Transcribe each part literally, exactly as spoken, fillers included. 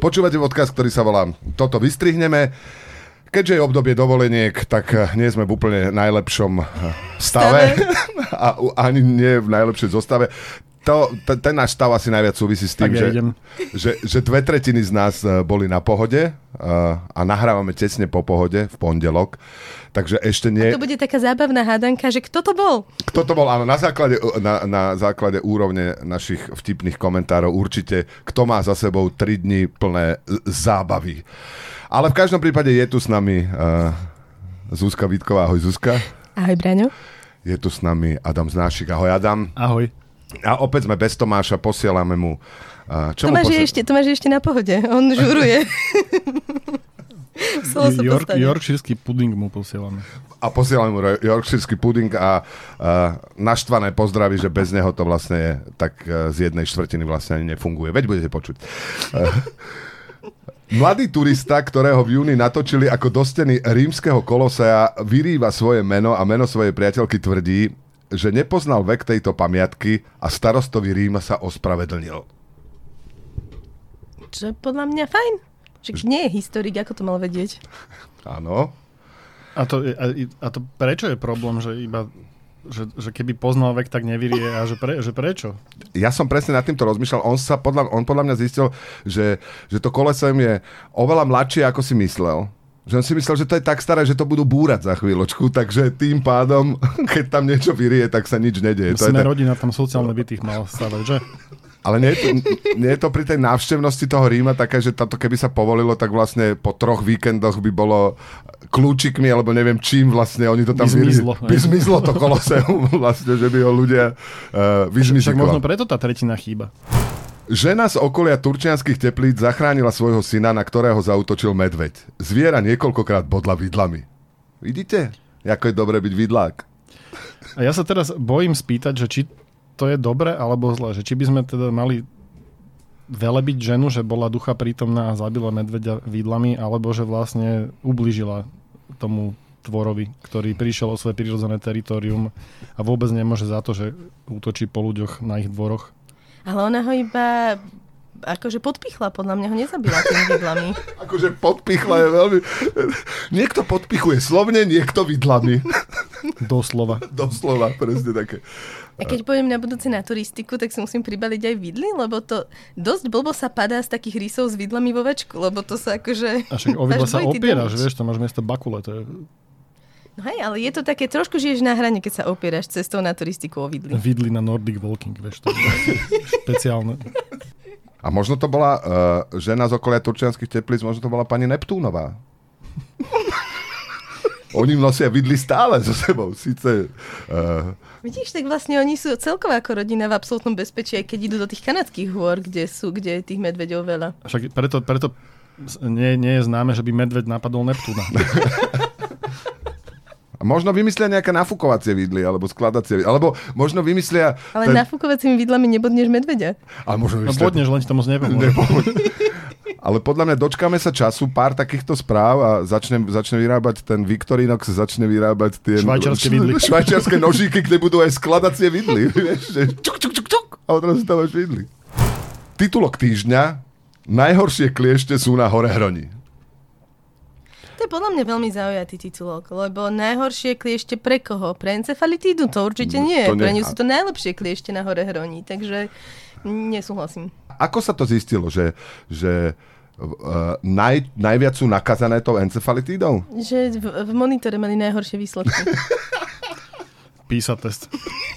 Počúvate podcast, ktorý sa volá Toto vystrihneme. Keďže je obdobie dovoleniek, tak nie sme v úplne najlepšom stave a ani nie v najlepšej zostave. To, t- ten náš stav asi najviac súvisí s tým, ja že, že, že dve tretiny z nás boli na pohode a, a nahrávame tesne po pohode v pondelok. Takže ešte nie... A to bude taká zábavná hádanka, že kto to bol? Kto to bol? Áno, na základe, na, na základe úrovne našich vtipných komentárov určite, kto má za sebou tri dni plné zábavy. Ale v každom prípade je tu s nami uh, Zuzka Vítková. Ahoj, Zuzka. Ahoj, Braňo. Je tu s nami Adam Znášik. Ahoj, Adam. Ahoj. A opäť sme bez Tomáša, posielame mu... Uh, čo Tomáš, mu posiel... je ešte, Tomáš je ešte na pohode. On žuruje. York, Yorkshireský puding mu posielame. A posielame mu Yorkshireský puding a uh, naštvané pozdravy, že bez neho to vlastne je, tak uh, z jednej štvrtiny vlastne ani nefunguje. Veď budete počuť. Uh, Mladý turista, ktorého v júni natočili ako do steny rímskeho kolosea, vyrýva svoje meno a meno svojej priateľky tvrdí, že nepoznal vek tejto pamiatky a starostovi Ríma sa ospravedlnil. Čo je podľa mňa fajn. Že nie je historik, ako to mal vedieť. Áno. A to, a, a to prečo je problém, že iba... Že, že keby poznal vek, tak nevyrie a že, pre, že prečo? Ja som presne nad týmto rozmýšľal. On, sa podľa, on podľa mňa zistil, že, že to koleseum je oveľa mladšie, ako si myslel. Že on si myslel, že to je tak staré, že to budú búrať za chvíľočku, takže tým pádom, keď tam niečo vyrie, tak sa nič nedieje. Sme to je rodina, tam sociálne bytých mal stavať, že? Ale nie je, to, nie je to pri tej návštevnosti toho Ríma také, že táto keby sa povolilo, tak vlastne po troch víkendoch by bolo kľúčikmi, alebo neviem čím vlastne oni to tam... By zmizlo. By zmizlo to koloseum vlastne, že by ho ľudia uh, vyžmizikovali. Však možno preto tá tretina chýba. Žena z okolia turčianskych teplíc zachránila svojho syna, na ktorého zaútočil medveď. Zviera niekoľkokrát bodla vidlami. Vidíte? Ako je dobre byť vidlák. A ja sa teraz bojím spýtať, že či to je dobre alebo zle. Že či by sme teda mali velebiť ženu, že bola ducha prítomná a zabila medveďa vidlami, alebo že vlastne ublížila tomu tvorovi, ktorý prišiel o svoje prirodzené teritorium a vôbec nemôže za to, že útočí po ľuďoch na ich dvoroch. Ale ona ho iba akože podpichla, podľa mňa ho nezabila tými vidlami. Akože podpichla je veľmi... Niekto podpichuje slovne, niekto vidlami. Doslova. Doslova, presne také. A keď pôjdem na budúci na turistiku, tak si musím pribaliť aj vidly, lebo to dosť blbo sa padá z takých rysov s vidlami vo večku, lebo to sa akože... A však o vidla sa opieraš, vieš, to máš miesto bakule, to je... No hej, ale je to také, trošku žiješ na hrane, keď sa opieraš cestou na turistiku o vidly. Vidly na Nordic Walking, vieš, to je špeciálne. A možno to bola uh, žena z okolia turčianskych teplíc, možno to bola pani Neptúnová. Oni nosia vidly stále so sebou, síce... Uh... Vidíš, tak vlastne oni sú celková ako rodina v absolútnom bezpečí, aj keď idú do tých kanadských hôr, kde sú, kde je tých medveďov veľa. Však preto, preto nie, nie je známe, že by medveď napadol Neptúna. A možno vymyslia nejaké nafúkovacie vidly, alebo skladacie vidly, alebo možno vymyslia... Ale ten... nafúkovacími vidlami nebodneš medveďa. Ale možno vymyslia... No bodneš, len ti to moc nepomôže. Ale podľa mňa dočkáme sa času, pár takýchto správ a začne, začne vyrábať ten Victorinox, začne vyrábať tie... Švajčiarske vidly. Švajčiarske nožíky, kde budú aj skladacie vidly. Vieš, že čuk, čuk, čuk, čuk, a odrazu tam máš vidly. Titulok týždňa. Najhoršie kliešte sú na Horehroni. To je podľa mňa veľmi zaujatý titulok, lebo najhoršie kliešte pre koho? Pre encefalitídu? To určite nie. To nie. Pre ňu sú to najlepšie kliešte na Horehroni, takže nesúhlasím. Ako sa to zistilo, že... že Uh, naj, najviac sú nakazané tou encefalitídou? Že v, v monitore mali najhoršie výsledky. PISA test.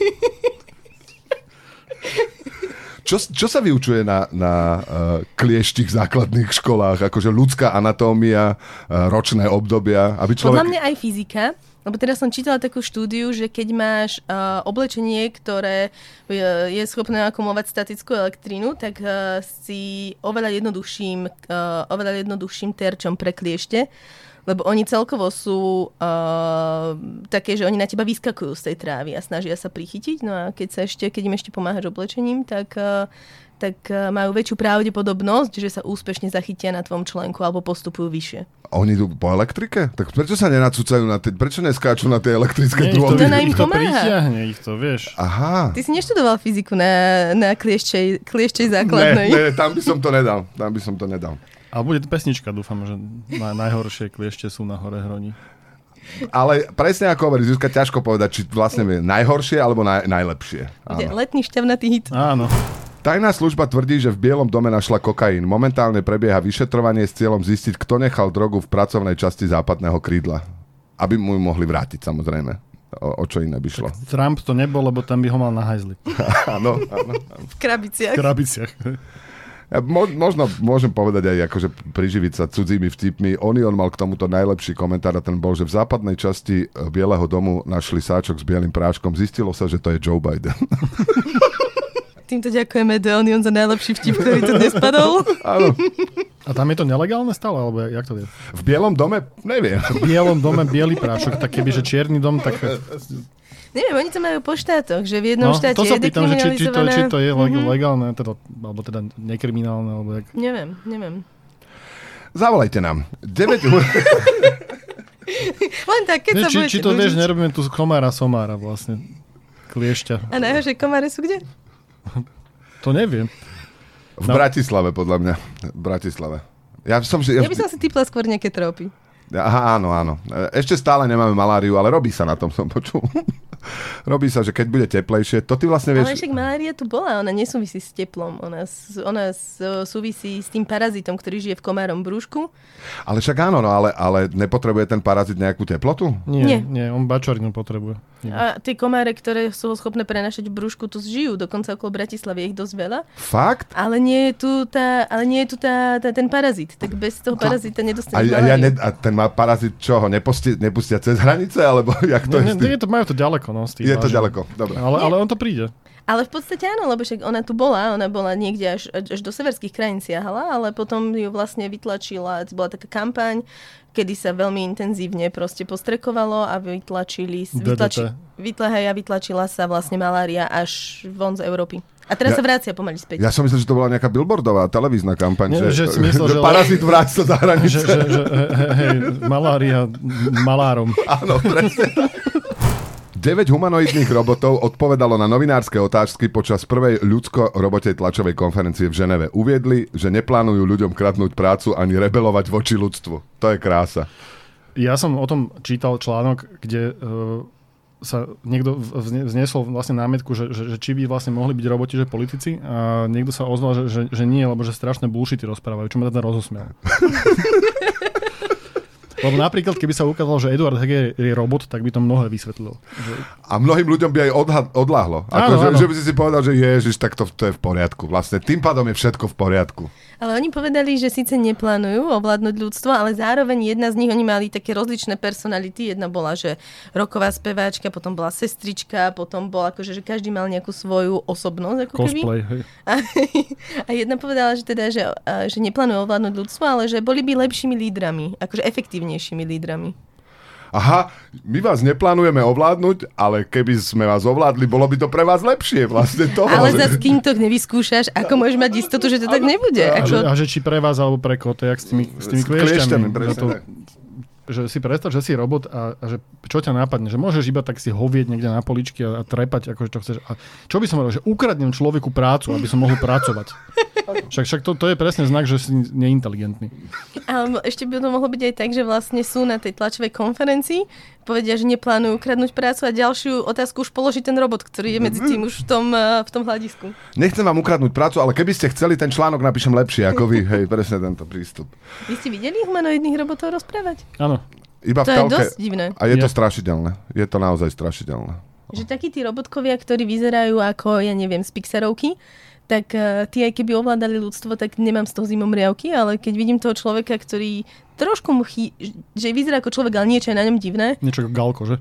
Čo, čo sa vyučuje na, na uh, klieštich základných školách? Akože ľudská anatómia, uh, ročné obdobia? Aby človek... Podľa mňa aj fyzika. Lebo teraz som čítala takú štúdiu, že keď máš uh, oblečenie, ktoré uh, je schopné akumulovať statickú elektrínu, tak uh, si oveľa jednoduchším, uh, oveľa jednoduchším terčom pre kliešte, lebo oni celkovo sú uh, také, že oni na teba vyskakujú z tej trávy a snažia sa prichytiť. No a keď sa ešte, keď im ešte pomáhaš oblečením, tak... Uh, tak majú väčšiu pravdepodobnosť, že sa úspešne zachytia na tvojom členku alebo postupujú vyššie. A oni idú po elektrike? Tak prečo sa nenacúcajú na tie, prečo neskáču na tie elektrické drôty? To na im ich to pomáha. pritiahne, ich to, vieš. Aha. Ty si neštudoval fyziku na, na klieščej, klieščej základnej. Ne, ne, tam by som to nedal. Tam by som to nedal. A bude to pesnička, dúfam, že na, najhoršie kliešte sú na hore hroní. Ale presne ako hovorí Zuzka, ťažko povedať, či vlastne je najhoršie alebo naj, najlepšie. Bude letný šťavnatý hit. Áno. Tajná služba tvrdí, že v Bielom dome našla kokain. Momentálne prebieha vyšetrovanie s cieľom zistiť, kto nechal drogu v pracovnej časti západného krídla. Aby mu ju mohli vrátiť, samozrejme. O, o čo iné by šlo. Tak Trump to nebol, lebo tam by ho mal na hajzli. Áno, áno. V krabiciach. V krabiciach. Ja, mo, možno môžem povedať aj akože priživiť sa cudzími vtipmi. Onion mal k tomuto najlepší komentár a ten bol, že v západnej časti Bieleho domu našli sáčok s bielým práškom. Zistilo sa, že to je Joe Biden. Týmto ďakujeme The Onion za najlepší vtip, ktorý tu dnes padol. Áno. A tam je to nelegálne stále, alebo jak to je? V Bielom dome? Neviem. V Bielom dome biely prášok, tak kebyže čierny dom, tak... Neviem, oni to majú po štátoch, že v jednom no, štáte to sa je pýtam, že či, či, to, či to je mm-hmm. legálne, teda, alebo teda nekriminálne, alebo jak... Neviem, neviem. Zavolajte nám. deväť Len tak, keď ne, sa či, budete či to užiť. vieš, nerobíme tu komára somára vlastne. Kliešťa. A najhoršie komáre sú kde? To neviem. V no. Bratislave, podľa mňa. V Bratislave. Ja, som, ja, ja by som si typla skôr nejaké trópy. Aha, áno, áno. Ešte stále nemáme maláriu, ale robí sa na tom, som počul. Robí sa, že keď bude teplejšie, to ty vlastne vieš... Ale však malária tu bola, ona nesúvisí s teplom. Ona, ona súvisí s tým parazitom, ktorý žije v komárom brúšku. Ale však áno, no, ale, ale nepotrebuje ten parazit nejakú teplotu? Nie, nie, nie on bačorinu potrebuje. Nie. A tie komáre, ktoré sú schopné prenašať v brúšku, tu žijú. Dokonca okolo Bratislavy je ich dosť veľa. Fakt? Ale nie je tu, tá, ale nie je tu tá, tá, ten parazit. Tak bez toho parazita nedostaneš a, a, ja ne, a ten má parazit čo, ho nepustia, nepustia cez hranice? Alebo jak to nie, je? Nie, to majú to ďaleko. No, je to ďaleko, dobre. Ale, ale on to príde. Ale v podstate áno, lebo však ona tu bola, ona bola niekde až, až do severských krajín siahala, ale potom ju vlastne vytlačila, bola taká kampaň, kedy sa veľmi intenzívne proste postrekovalo a vytlačili, vytlači, vytlačila, vytlačila sa vlastne malária až von z Európy. A teraz ja, sa vracia pomaly späť. Ja som myslel, že to bola nejaká billboardová televízna kampaň, Nie, že, že, myslel, že, že parazit vráť sa za hranice. Že, že, že hej, hej, malária malárom. Áno, presne. deväť humanoidných robotov odpovedalo na novinárske otázky počas prvej ľudsko-robotej tlačovej konferencie v Ženeve. Uviedli, že neplánujú ľuďom kradnúť prácu ani rebelovať voči ľudstvu. To je krása. Ja som o tom čítal článok, kde uh, sa niekto vzniesol vlastne námietku, že, že, že či by vlastne mohli byť roboti, že politici. A niekto sa ozval, že, že, že nie, lebo že strašné bullshity rozprávajú, čo ma teda rozosmial. Lebo napríklad, keby sa ukázalo, že Eduard Heger je robot, tak by to mnohé vysvetlilo. Že... A mnohým ľuďom by aj odha- odláhlo. Ako, áno, že, áno. že by si si povedal, že ježiš, tak to, to je v poriadku. Vlastne tým pádom je všetko v poriadku. Ale oni povedali, že síce neplánujú ovládnuť ľudstvo, ale zároveň jedna z nich, oni mali také rozličné personality. Jedna bola, že rocková speváčka, potom bola sestrička, potom bola akože, že každý mal nejakú svoju osobnosť. Ako cosplay, keby. hej. A, a jedna povedala, že teda, že, že neplánujú ovládnuť ľudstvo, ale že boli by lepšími lídrami, akože efektívnejšími lídrami. Aha, my vás neplánujeme ovládnuť, ale keby sme vás ovládli, bolo by to pre vás lepšie. Vlastne to. Ale zase kým to nevyskúšaš, ako môžeš mať istotu, že to tak nebude? A, ako... že, a že či pre vás alebo pre koho, to je jak s tými, s tými kliešťami. Že si predstav, že si robot a, a že čo ťa nápadne, že môžeš iba tak si hovieť niekde na poličky a, a trepať, akože čo chceš. A čo by som hovoril, že ukradnem človeku prácu, aby som mohol pracovať. Však, však to, to je presne znak, že si neinteligentný. Ale ešte by to mohlo byť aj tak, že vlastne sú na tej tlačovej konferencii, povedia, že neplánujú ukradnúť prácu a ďalšiu otázku už položí ten robot, ktorý je medzi tým už v tom, v tom hľadisku. Nechcem vám ukradnúť prácu, ale keby ste chceli, ten článok napíšem lepšie ako vy. Hej, presne tento prístup. Vy ste videli humanoidných robotov rozprávať? Áno. Iba v to telke. Je dosť divné. A je Je. to strašidelné. Je to naozaj strašidelné. Že takí tí robotkovia, ktorí vyzerajú ako, ja neviem, z Pixarovky, tak uh, tí aj keby ovládali ľudstvo, tak nemám z toho zimomriavky, ale keď vidím toho človeka, ktorý trošku mu chý... že vyzerá ako človek, ale niečo je na ňom divné. Niečo ako Galko, že?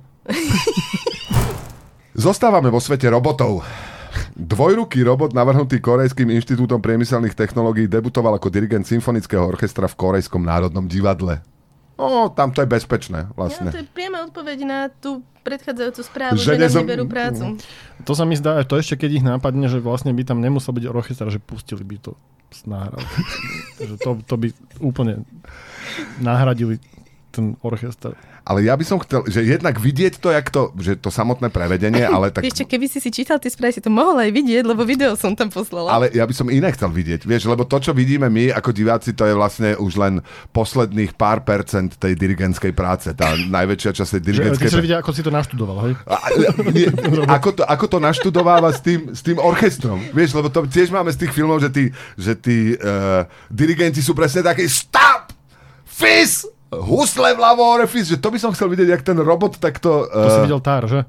Zostávame vo svete robotov. Dvojruký robot navrhnutý Korejským inštitútom priemyselných technológií debutoval ako dirigent symfonického orchestra v Korejskom národnom divadle. No, tam to je bezpečné, vlastne. Ja, to je priama odpoveď na tú predchádzajúcu správu, Že že, že nezom... nám neberú prácu. To sa mi zdá, to ešte keď ich nápadne, že vlastne by tam nemusel byť orchester, že pustili by to nahrali. to, to by úplne nahradili ten orchester. Ale ja by som chcel, že jednak vidieť to, jak to, že to samotné prevedenie, ale tak... Vieš čo, keby si si čítal tie správy, si to mohol aj vidieť, lebo video som tam poslala. Ale ja by som iné chcel vidieť, vieš, lebo to, čo vidíme my ako diváci, to je vlastne už len posledných pár percent tej dirigentskej práce, tá najväčšia časť tej dirigentskej... Ty sa vidia, ako si to naštudoval, hej? A, nie, ako, to, ako to naštudováva s tým, s tým orchestrom, vieš, lebo to tiež máme z tých filmov, že tí, že tí uh, dirigenti sú presne takí stop! Fis! Husle vľavo, hore, fis, že to by som chcel vidieť, jak ten robot takto... Uh... To si videl Tár, že?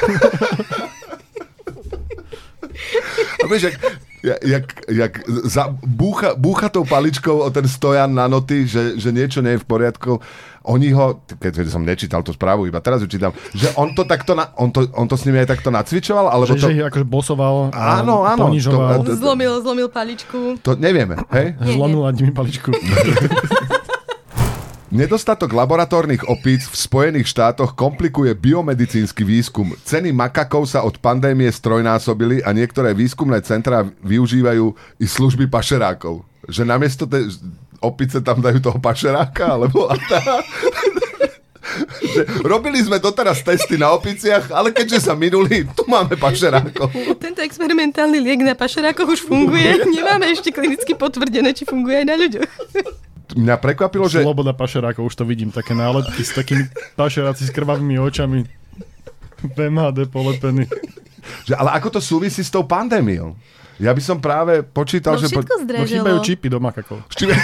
A vieš, jak, jak, jak za, búcha, búcha tou paličkou o ten stojan na noty, že, že niečo nie je v poriadku. Oni ho, keď som nečítal tú správu, iba teraz ju čítam, že on to takto, na, on, to, on to s nimi aj takto nacvičoval? Alebo že, to... že ich akože bosoval, áno, áno, ponižoval. To, to, to, zlomil, zlomil paličku. To nevieme, hej? Zlomil nimi paličku. Nedostatok laboratórnych opíc v Spojených štátoch komplikuje biomedicínsky výskum. Ceny makakov sa od pandémie strojnásobili a niektoré výskumné centrá využívajú i služby pašerákov. Že namiesto tej opice tam dajú toho pašeráka, alebo... Že robili sme doteraz testy na opiciach, ale keďže sa minuli, tu máme pašerákov. Tento experimentálny liek na pašerákoch už funguje. Nemáme ešte klinicky potvrdené, či funguje aj na ľuďoch. Mňa prekvapilo, že... Sloboda pašerákov, už to vidím, také nálepky s takými pašeráci s krvavými očami. V em há dé polepený. Že, ale ako to súvisí s tou pandémiou? Ja by som práve počítal, no, že... všetko No zdražilo. chýbajú čipy do makakov. Či...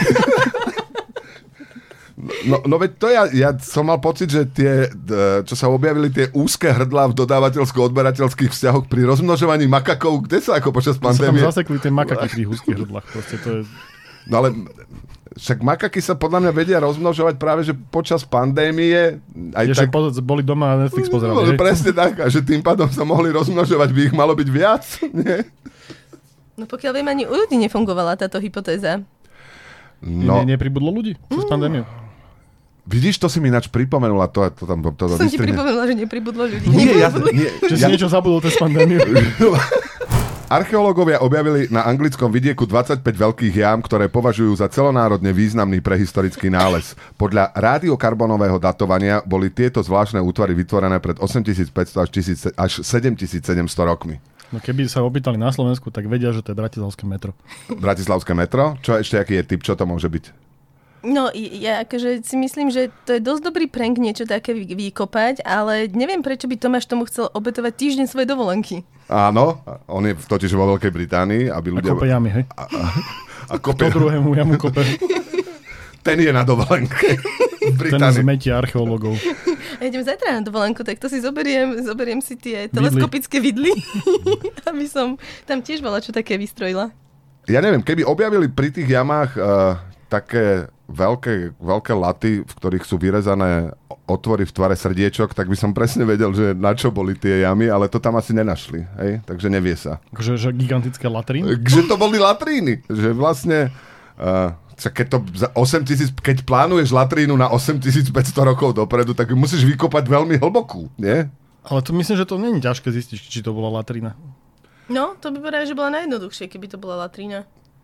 No, no veď to ja, ja som mal pocit, že tie, čo sa objavili tie úzke hrdlá v dodávateľsko-odberateľských vzťahoch pri rozmnožovaní makakov, kde sa ako počas pandémie... Sa tam zasekli tie makaky pri úzkých hrdlách, proste to je... No ale však makaky sa podľa mňa vedia rozmnožovať práve, že počas pandémie... Aj je, tak... že boli doma a Netflix pozerali. No, presne tak, a že tým pádom sa mohli rozmnožovať, by ich malo byť viac, nie? No pokiaľ viem, ani u ľudí nefungovala táto hypotéza. No. Ne, nepribudlo ľudí cez mm. pandémiu? Vidíš, to si mi ináč pripomenula, to, to tam... To, to Som ti pripomenula, že nepribudlo ľudí. Nie, ja, nie, že ja... si niečo zabudol cez pandémiu. Archeológovia objavili na anglickom vidieku dvadsaťpäť veľkých jám, ktoré považujú za celonárodne významný prehistorický nález. Podľa rádiokarbonového datovania boli tieto zvláštne útvary vytvorené pred osemtisícpäťsto až sedemtisícsedemsto rokmi. No keby sa opýtali na Slovensku, tak vedia, že to je bratislavské metro. Bratislavské metro? Čo ešte, aký je typ? Čo to môže byť? No, ja akože si myslím, že to je dosť dobrý prank niečo také vykopať, ale neviem, prečo by Tomáš tomu chcel obetovať týždeň svojej dovolenky. Áno, on je totiž vo Veľkej Británii, aby ľudia... A kope jamy, hej? A, a, a kope... To druhému jamu kope. Ten je na dovolenke v Británii. Ten zmetia archeológov. Ja idem zajtra na dovolenku, tak to si zoberiem, zoberiem si tie teleskopické vidly, aby som tam tiež bola čo také vystrojila. Ja neviem, keby objavili pri tých jamách uh, také veľké, veľké laty, v ktorých sú vyrezané otvory v tvare srdiečok, tak by som presne vedel, že na čo boli tie jamy, ale to tam asi nenašli, hej? Takže nevie sa. Že, že gigantické latríny? Že to boli latríny, že vlastne... Uh, keď, to za osem tisíc, keď plánuješ latrínu na osemtisícpäťsto rokov dopredu, tak ju musíš vykopať veľmi hlbokú, nie? Ale to myslím, že to nie je ťažké zistiť, či to bola latrína. No, to by povedal, že bola najjednoduchšie, keby to bola latrína.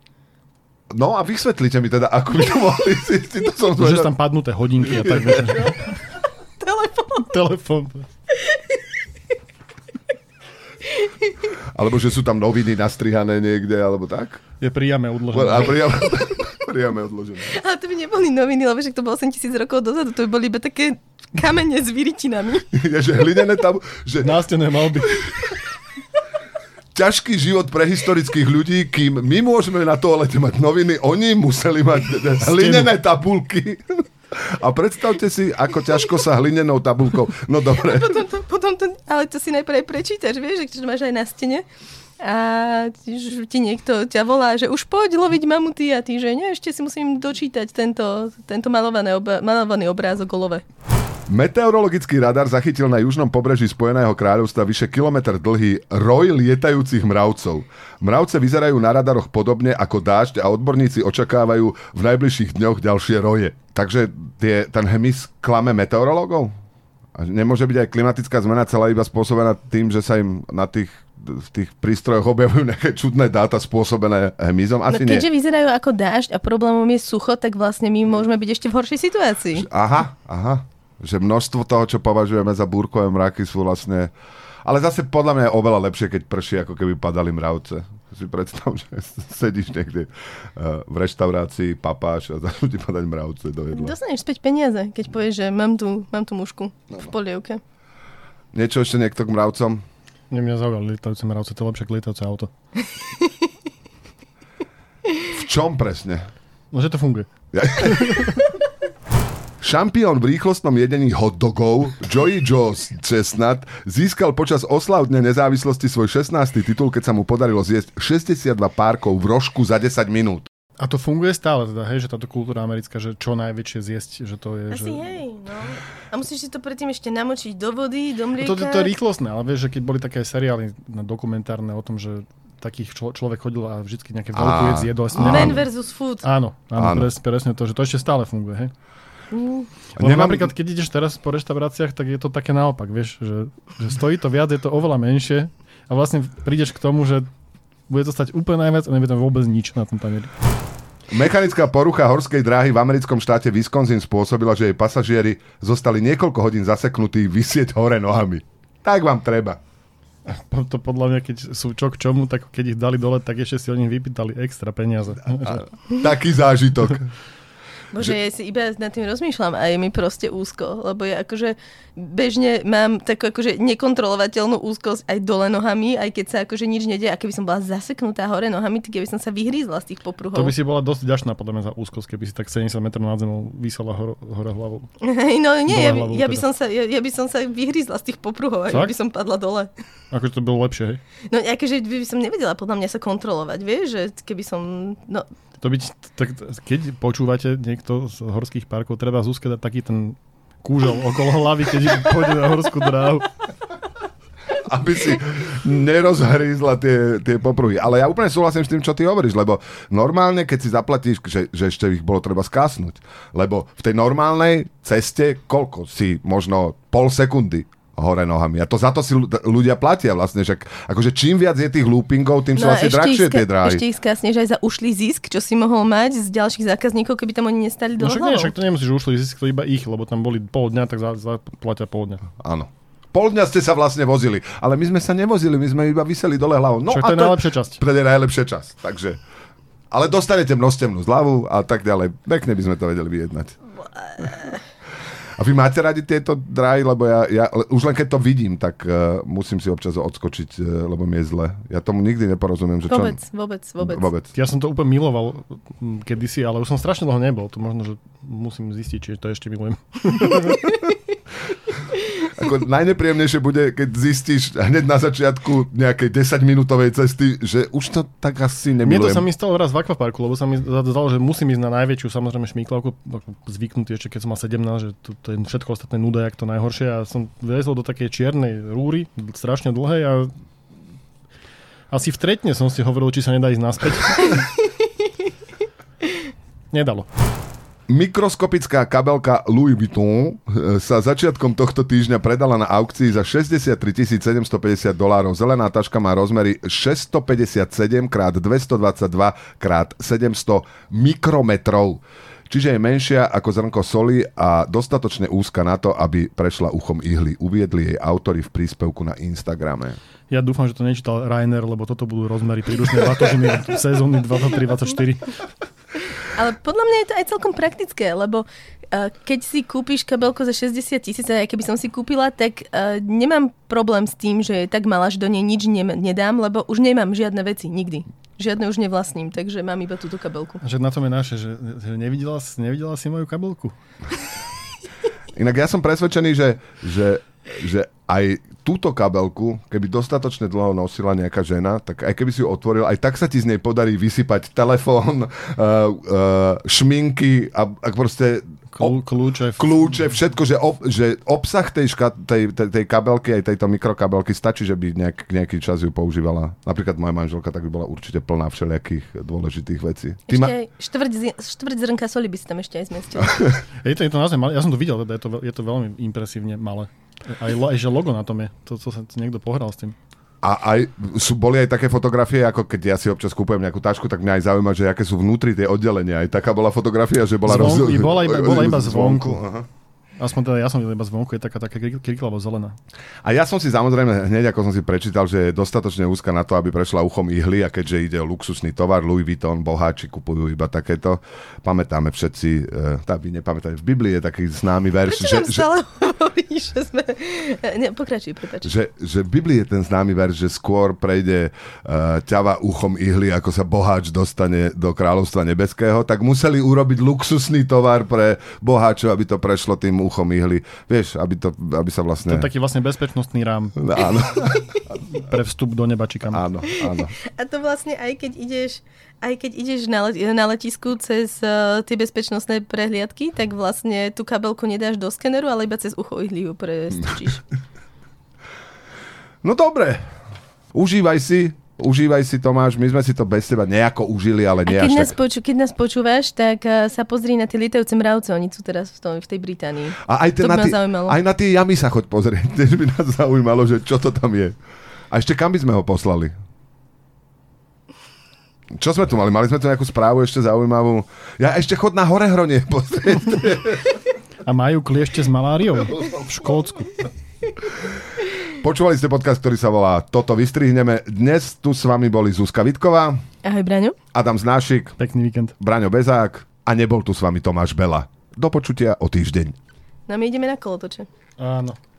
No a vysvetlite mi teda, ako by to mohli zistiť. To som že sú tam padnuté hodinky a tak. Telefón. Telefón. Alebo že sú tam noviny nastrihané niekde, alebo tak? Je pri jame odložené. A pri jame, pri jame odložené. Ale to by neboli noviny, lebo však to bolo osem tisíc rokov dozadu, to by boli iba také kamene s vyritinami. Ja, že hlinené tam... Že... Nástené malby. Ťažký život prehistorických ľudí, kým my môžeme na toalete mať noviny, oni museli mať hlinené tabulky. A predstavte si, ako ťažko sa hlinenou tabulkou. No dobre. Potom to, potom to, ale to si najprv aj prečítaš, vieš, že máš aj na stene. A ti niekto ťa volá, že už poď loviť mamuty a ty, že nie, ešte si musím dočítať tento, tento malovaný, ob, malovaný obrázok o love. Meteorologický radar zachytil na južnom pobreží Spojeného kráľovstva vyše kilometr dlhý roj lietajúcich mravcov. Mravce vyzerajú na radaroch podobne ako dážď a odborníci očakávajú v najbližších dňoch ďalšie roje. Takže tie, ten hmyz klame meteorológov? A nemôže byť aj klimatická zmena celá iba spôsobená tým, že sa im na tých v tých prístrojoch objavujú nejaké čudné dáta spôsobené hmyzom? Asi no, keďže nie. vyzerajú ako dážď a problémom je sucho, tak vlastne my môžeme byť ešte v horšej situácii. Aha, aha. Že množstvo toho, čo považujeme za búrkové mraky, sú vlastne... Ale zase podľa mňa je oveľa lepšie, keď prší, ako keby padali mravce. Si predstav, že sedíš niekde v reštaurácii, papáš a začnú ti padať mravce do jedla. Dostaneš späť peniaze, keď povieš, že mám tu, mám tu mušku no. v polievke. Niečo ešte niekto k mravcom? Nie, mňa zaujali lietajúce mravce, to je lepšie ako lietajúce auto. V čom presne? No, že to funguje. Ja... Šampión v rýchlostnom jedení hotdogov Joey Joe Chestnut získal počas oslav Dňa nezávislosti svoj šestnásty titul, keď sa mu podarilo zjesť šesťdesiatdva párkov v rožku za desať minút. A to funguje stále teda, hej, že táto kultúra americká, že čo najväčšie zjesť, že to je... Asi že... hej, no. A musíš si to predtým ešte namočiť do vody, do mlieka. To, to, to je rýchlostné, ale vieš, že keď boli také seriály dokumentárne o tom, že takých člo- človek chodil a vždy nejaké veľkú jed zjedol. Man versus food. Áno, áno, áno. Pres, presne to, že to ešte stále funguje, hej. Mm. Nemám... Napríklad, keď ideš teraz po reštauráciách, tak je to také naopak, vieš, že, že stojí to viac, je to oveľa menšie a vlastne prídeš k tomu, že bude to stať úplne najviac a nebude tam vôbec nič na tom tanieri. Mechanická porucha horskej dráhy v americkom štáte Wisconsin spôsobila, že jej pasažieri zostali niekoľko hodín zaseknutí visieť hore nohami. Tak vám treba. To podľa mňa, keď sú čo k čomu, tak keď ich dali dole, tak ešte si o nich vypýtali extra peniaze. A, a, taký zážitok. Bože, že... ja si iba nad tým rozmýšľam a je mi proste úzko, lebo ja akože bežne mám takú akože nekontrolovateľnú úzkosť aj dole nohami, aj keď sa akože nič nedie. A keby som bola zaseknutá hore nohami, tak keby som sa vyhrízla z tých popruhov. To by si bola dosť ďačná podľa mňa za úzkosť, keby si tak sedemdesiat metrov nad zemou vysela hore, hore hlavou. No nie, ja, hlavou, ja, by teda. som sa, ja, ja by som sa vyhrízla z tých popruhov, ak by som padla dole. Akože to bolo lepšie, hej? No akože by som nevedela podľa mňa sa kontrolovať, vieš, že keby som... No, to byť, tak, keď počúvate niekto z horských parkov, treba Zuzke dať taký ten kúžel okolo hlavy, keď pôjde na horskú dráhu. Aby si nerozhrízla tie, tie popruhy. Ale ja úplne súhlasím s tým, čo ty hovoríš, lebo normálne, keď si zaplatíš, že, že ešte ich bolo treba skásnuť, lebo v tej normálnej ceste, koľko si, možno pol sekundy hore nohami. A to za to si ľudia platia vlastne, že akože čím viac je tých loopingov, tým sú no vlastne drahšie ska- tie dráhy. Ešte ich skásneš aj za ušlý zisk, čo si mohol mať z ďalších zákazníkov, keby tam oni nestali dole hlavou. No však nie, však to nemusíš ušlý zisk, to iba ich, lebo tam boli pol dňa, tak za, za platia pol dňa. Áno. Pol dňa ste sa vlastne vozili, ale my sme sa nevozili, my sme iba viseli dole hlavou. No však to je najlepšia časť. To je najlepšia časť, takže... Ale dostanete množstevnú zľavu a tak ďalej. Pekne by sme to vedeli vyjednať. A vy máte radi tieto dráhy, lebo ja, ja už len keď to vidím, tak uh, musím si občas odskočiť, uh, lebo mi je zle. Ja tomu nikdy neporozumiem, že čo... Vôbec, vôbec, vôbec. vôbec. Ja som to úplne miloval kedysi, ale už som strašne dlho nebol. To možno, že musím zistiť, či to ešte milujem. Ako najnepríjemnejšie bude, keď zistíš hneď na začiatku nejakej desaťminútovej cesty, že už to tak asi nemilujem. Mne to sa mi stalo raz v akvaparku, lebo sa mi zdalo, že musím ísť na najväčšiu, samozrejme šmíklavku, zvyknutý ešte, keď som mal sedemnásť, že to, to je všetko ostatné nuda, jak to najhoršie. A som vlezol do takej čiernej rúry, strašne dlhej a asi v tretne som si hovoril, či sa nedá ísť naspäť. Nedalo. Mikroskopická kabelka Louis Vuitton sa začiatkom tohto týždňa predala na aukcii za šesťdesiattri tisíc sedemstopäťdesiat dolárov. Zelená taška má rozmery šesťstopäťdesiatsedem krát dvestodvadsaťdva krát sedemsto mikrometrov. Čiže je menšia ako zrnko soli a dostatočne úzka na to, aby prešla uchom ihly. Uviedli jej autori v príspevku na Instagrame. Ja dúfam, že to nečítal Rainer, lebo toto budú rozmery príručnej batožiny sezóny dvadsaťtri dvadsaťštyri. Ale podľa mňa je to aj celkom praktické, lebo uh, keď si kúpiš kabelku za šesťdesiat tisíc, aj keby som si kúpila, tak uh, nemám problém s tým, že je tak malá, že do nej nič ne- nedám, lebo už nemám žiadne veci, nikdy. Žiadne už nevlastním, takže mám iba túto kabelku. Že na tom je naše, že, že nevidela, nevidela si moju kabelku. Inak ja som presvedčený, že, že, že aj túto kabelku, keby dostatočne dlho nosila nejaká žena, tak aj keby si ju otvoril, aj tak sa ti z nej podarí vysypať telefón, uh, uh, šminky a, a proste Kľú, kľúče. Kľúče, všetko, že, ob, že obsah tej, ška, tej, tej, tej kabelky, aj tejto mikrokabelky stačí, že by nejak, nejaký čas ju používala. Napríklad moja manželka, tak by bola určite plná všelijakých dôležitých vecí. Ešte ma... aj štvrť, štvrť zrnka soli by si tam ešte aj zmestil. je, to, je to naozaj malé. Ja som to videl, teda je, to, je to veľmi impresívne malé. Aj, aj že logo na tom je. To, to sa niekto pohral s tým. A aj, sú, boli aj také fotografie, ako keď ja si občas kúpujem nejakú tašku, tak mňa aj zaujíma, že aké sú vnútri tie oddelenia. Aj taká bola fotografia, že bola zvonku, rozdiel... bola iba, bola iba zvonku. Aha. Aspoň teda ja som videl iba zvonku, je taká, taká kriklavo zelená. A ja som si samozrejme, hneď ako som si prečítal, že je dostatočne úzka na to, aby prešla uchom ihly, a keďže ide o luxusný tovar, Louis Vuitton, boháči kupujú iba takéto. Pamätáme všetci, tá vy nepamätáte, v Biblii je taký známy verš, Prečo že... nám stále hovoríš, že sme... Ne, pokračuj, prepáč. Že, že v Biblii je ten známy verš, že skôr prejde uh, ťava uchom ihly, ako sa boháč dostane do kráľovstva nebeského, tak museli urobiť luxusný tovar pre boháčov, aby to prešlo tým uchom ihly. Vieš, aby, to, aby sa vlastne... To je taký vlastne bezpečnostný rám. Áno. Pre vstup do neba či kam. Áno, áno. A to vlastne aj keď ideš, aj keď ideš na, let, na letisku cez uh, tie bezpečnostné prehliadky, tak vlastne tú kabelku nedáš do skeneru, ale iba cez ucho ihly ju prestrčíš. No dobre. Užívaj si. Užívaj si, Tomáš, my sme si to bez teba nejako užili, ale nie a keď až nás, tak... poču, keď nás počúvaš, tak uh, sa pozri na tie lietajúce mravce, oni sú teraz v, tom, v tej Británii. A aj, to na by ma tý, zaujímalo. aj na tie jamy sa choď pozrieť, tež by nás zaujímalo, že čo to tam je. A ešte kam by sme ho poslali? Čo sme tu mali? Mali sme tu nejakú správu ešte zaujímavú? Ja ešte chod na Horehronie pozrieť. A majú kliešte s maláriou v Škótsku. Počúvali ste podcast, ktorý sa volá Toto vystrihneme. Dnes tu s vami boli Zuzka Vitková. Ahoj, Braňo. Adam Znášik. Pekný víkend. Braňo Bezák. A nebol tu s vami Tomáš Bela. Do počutia o týždeň. No my ideme na kolotoče. Áno.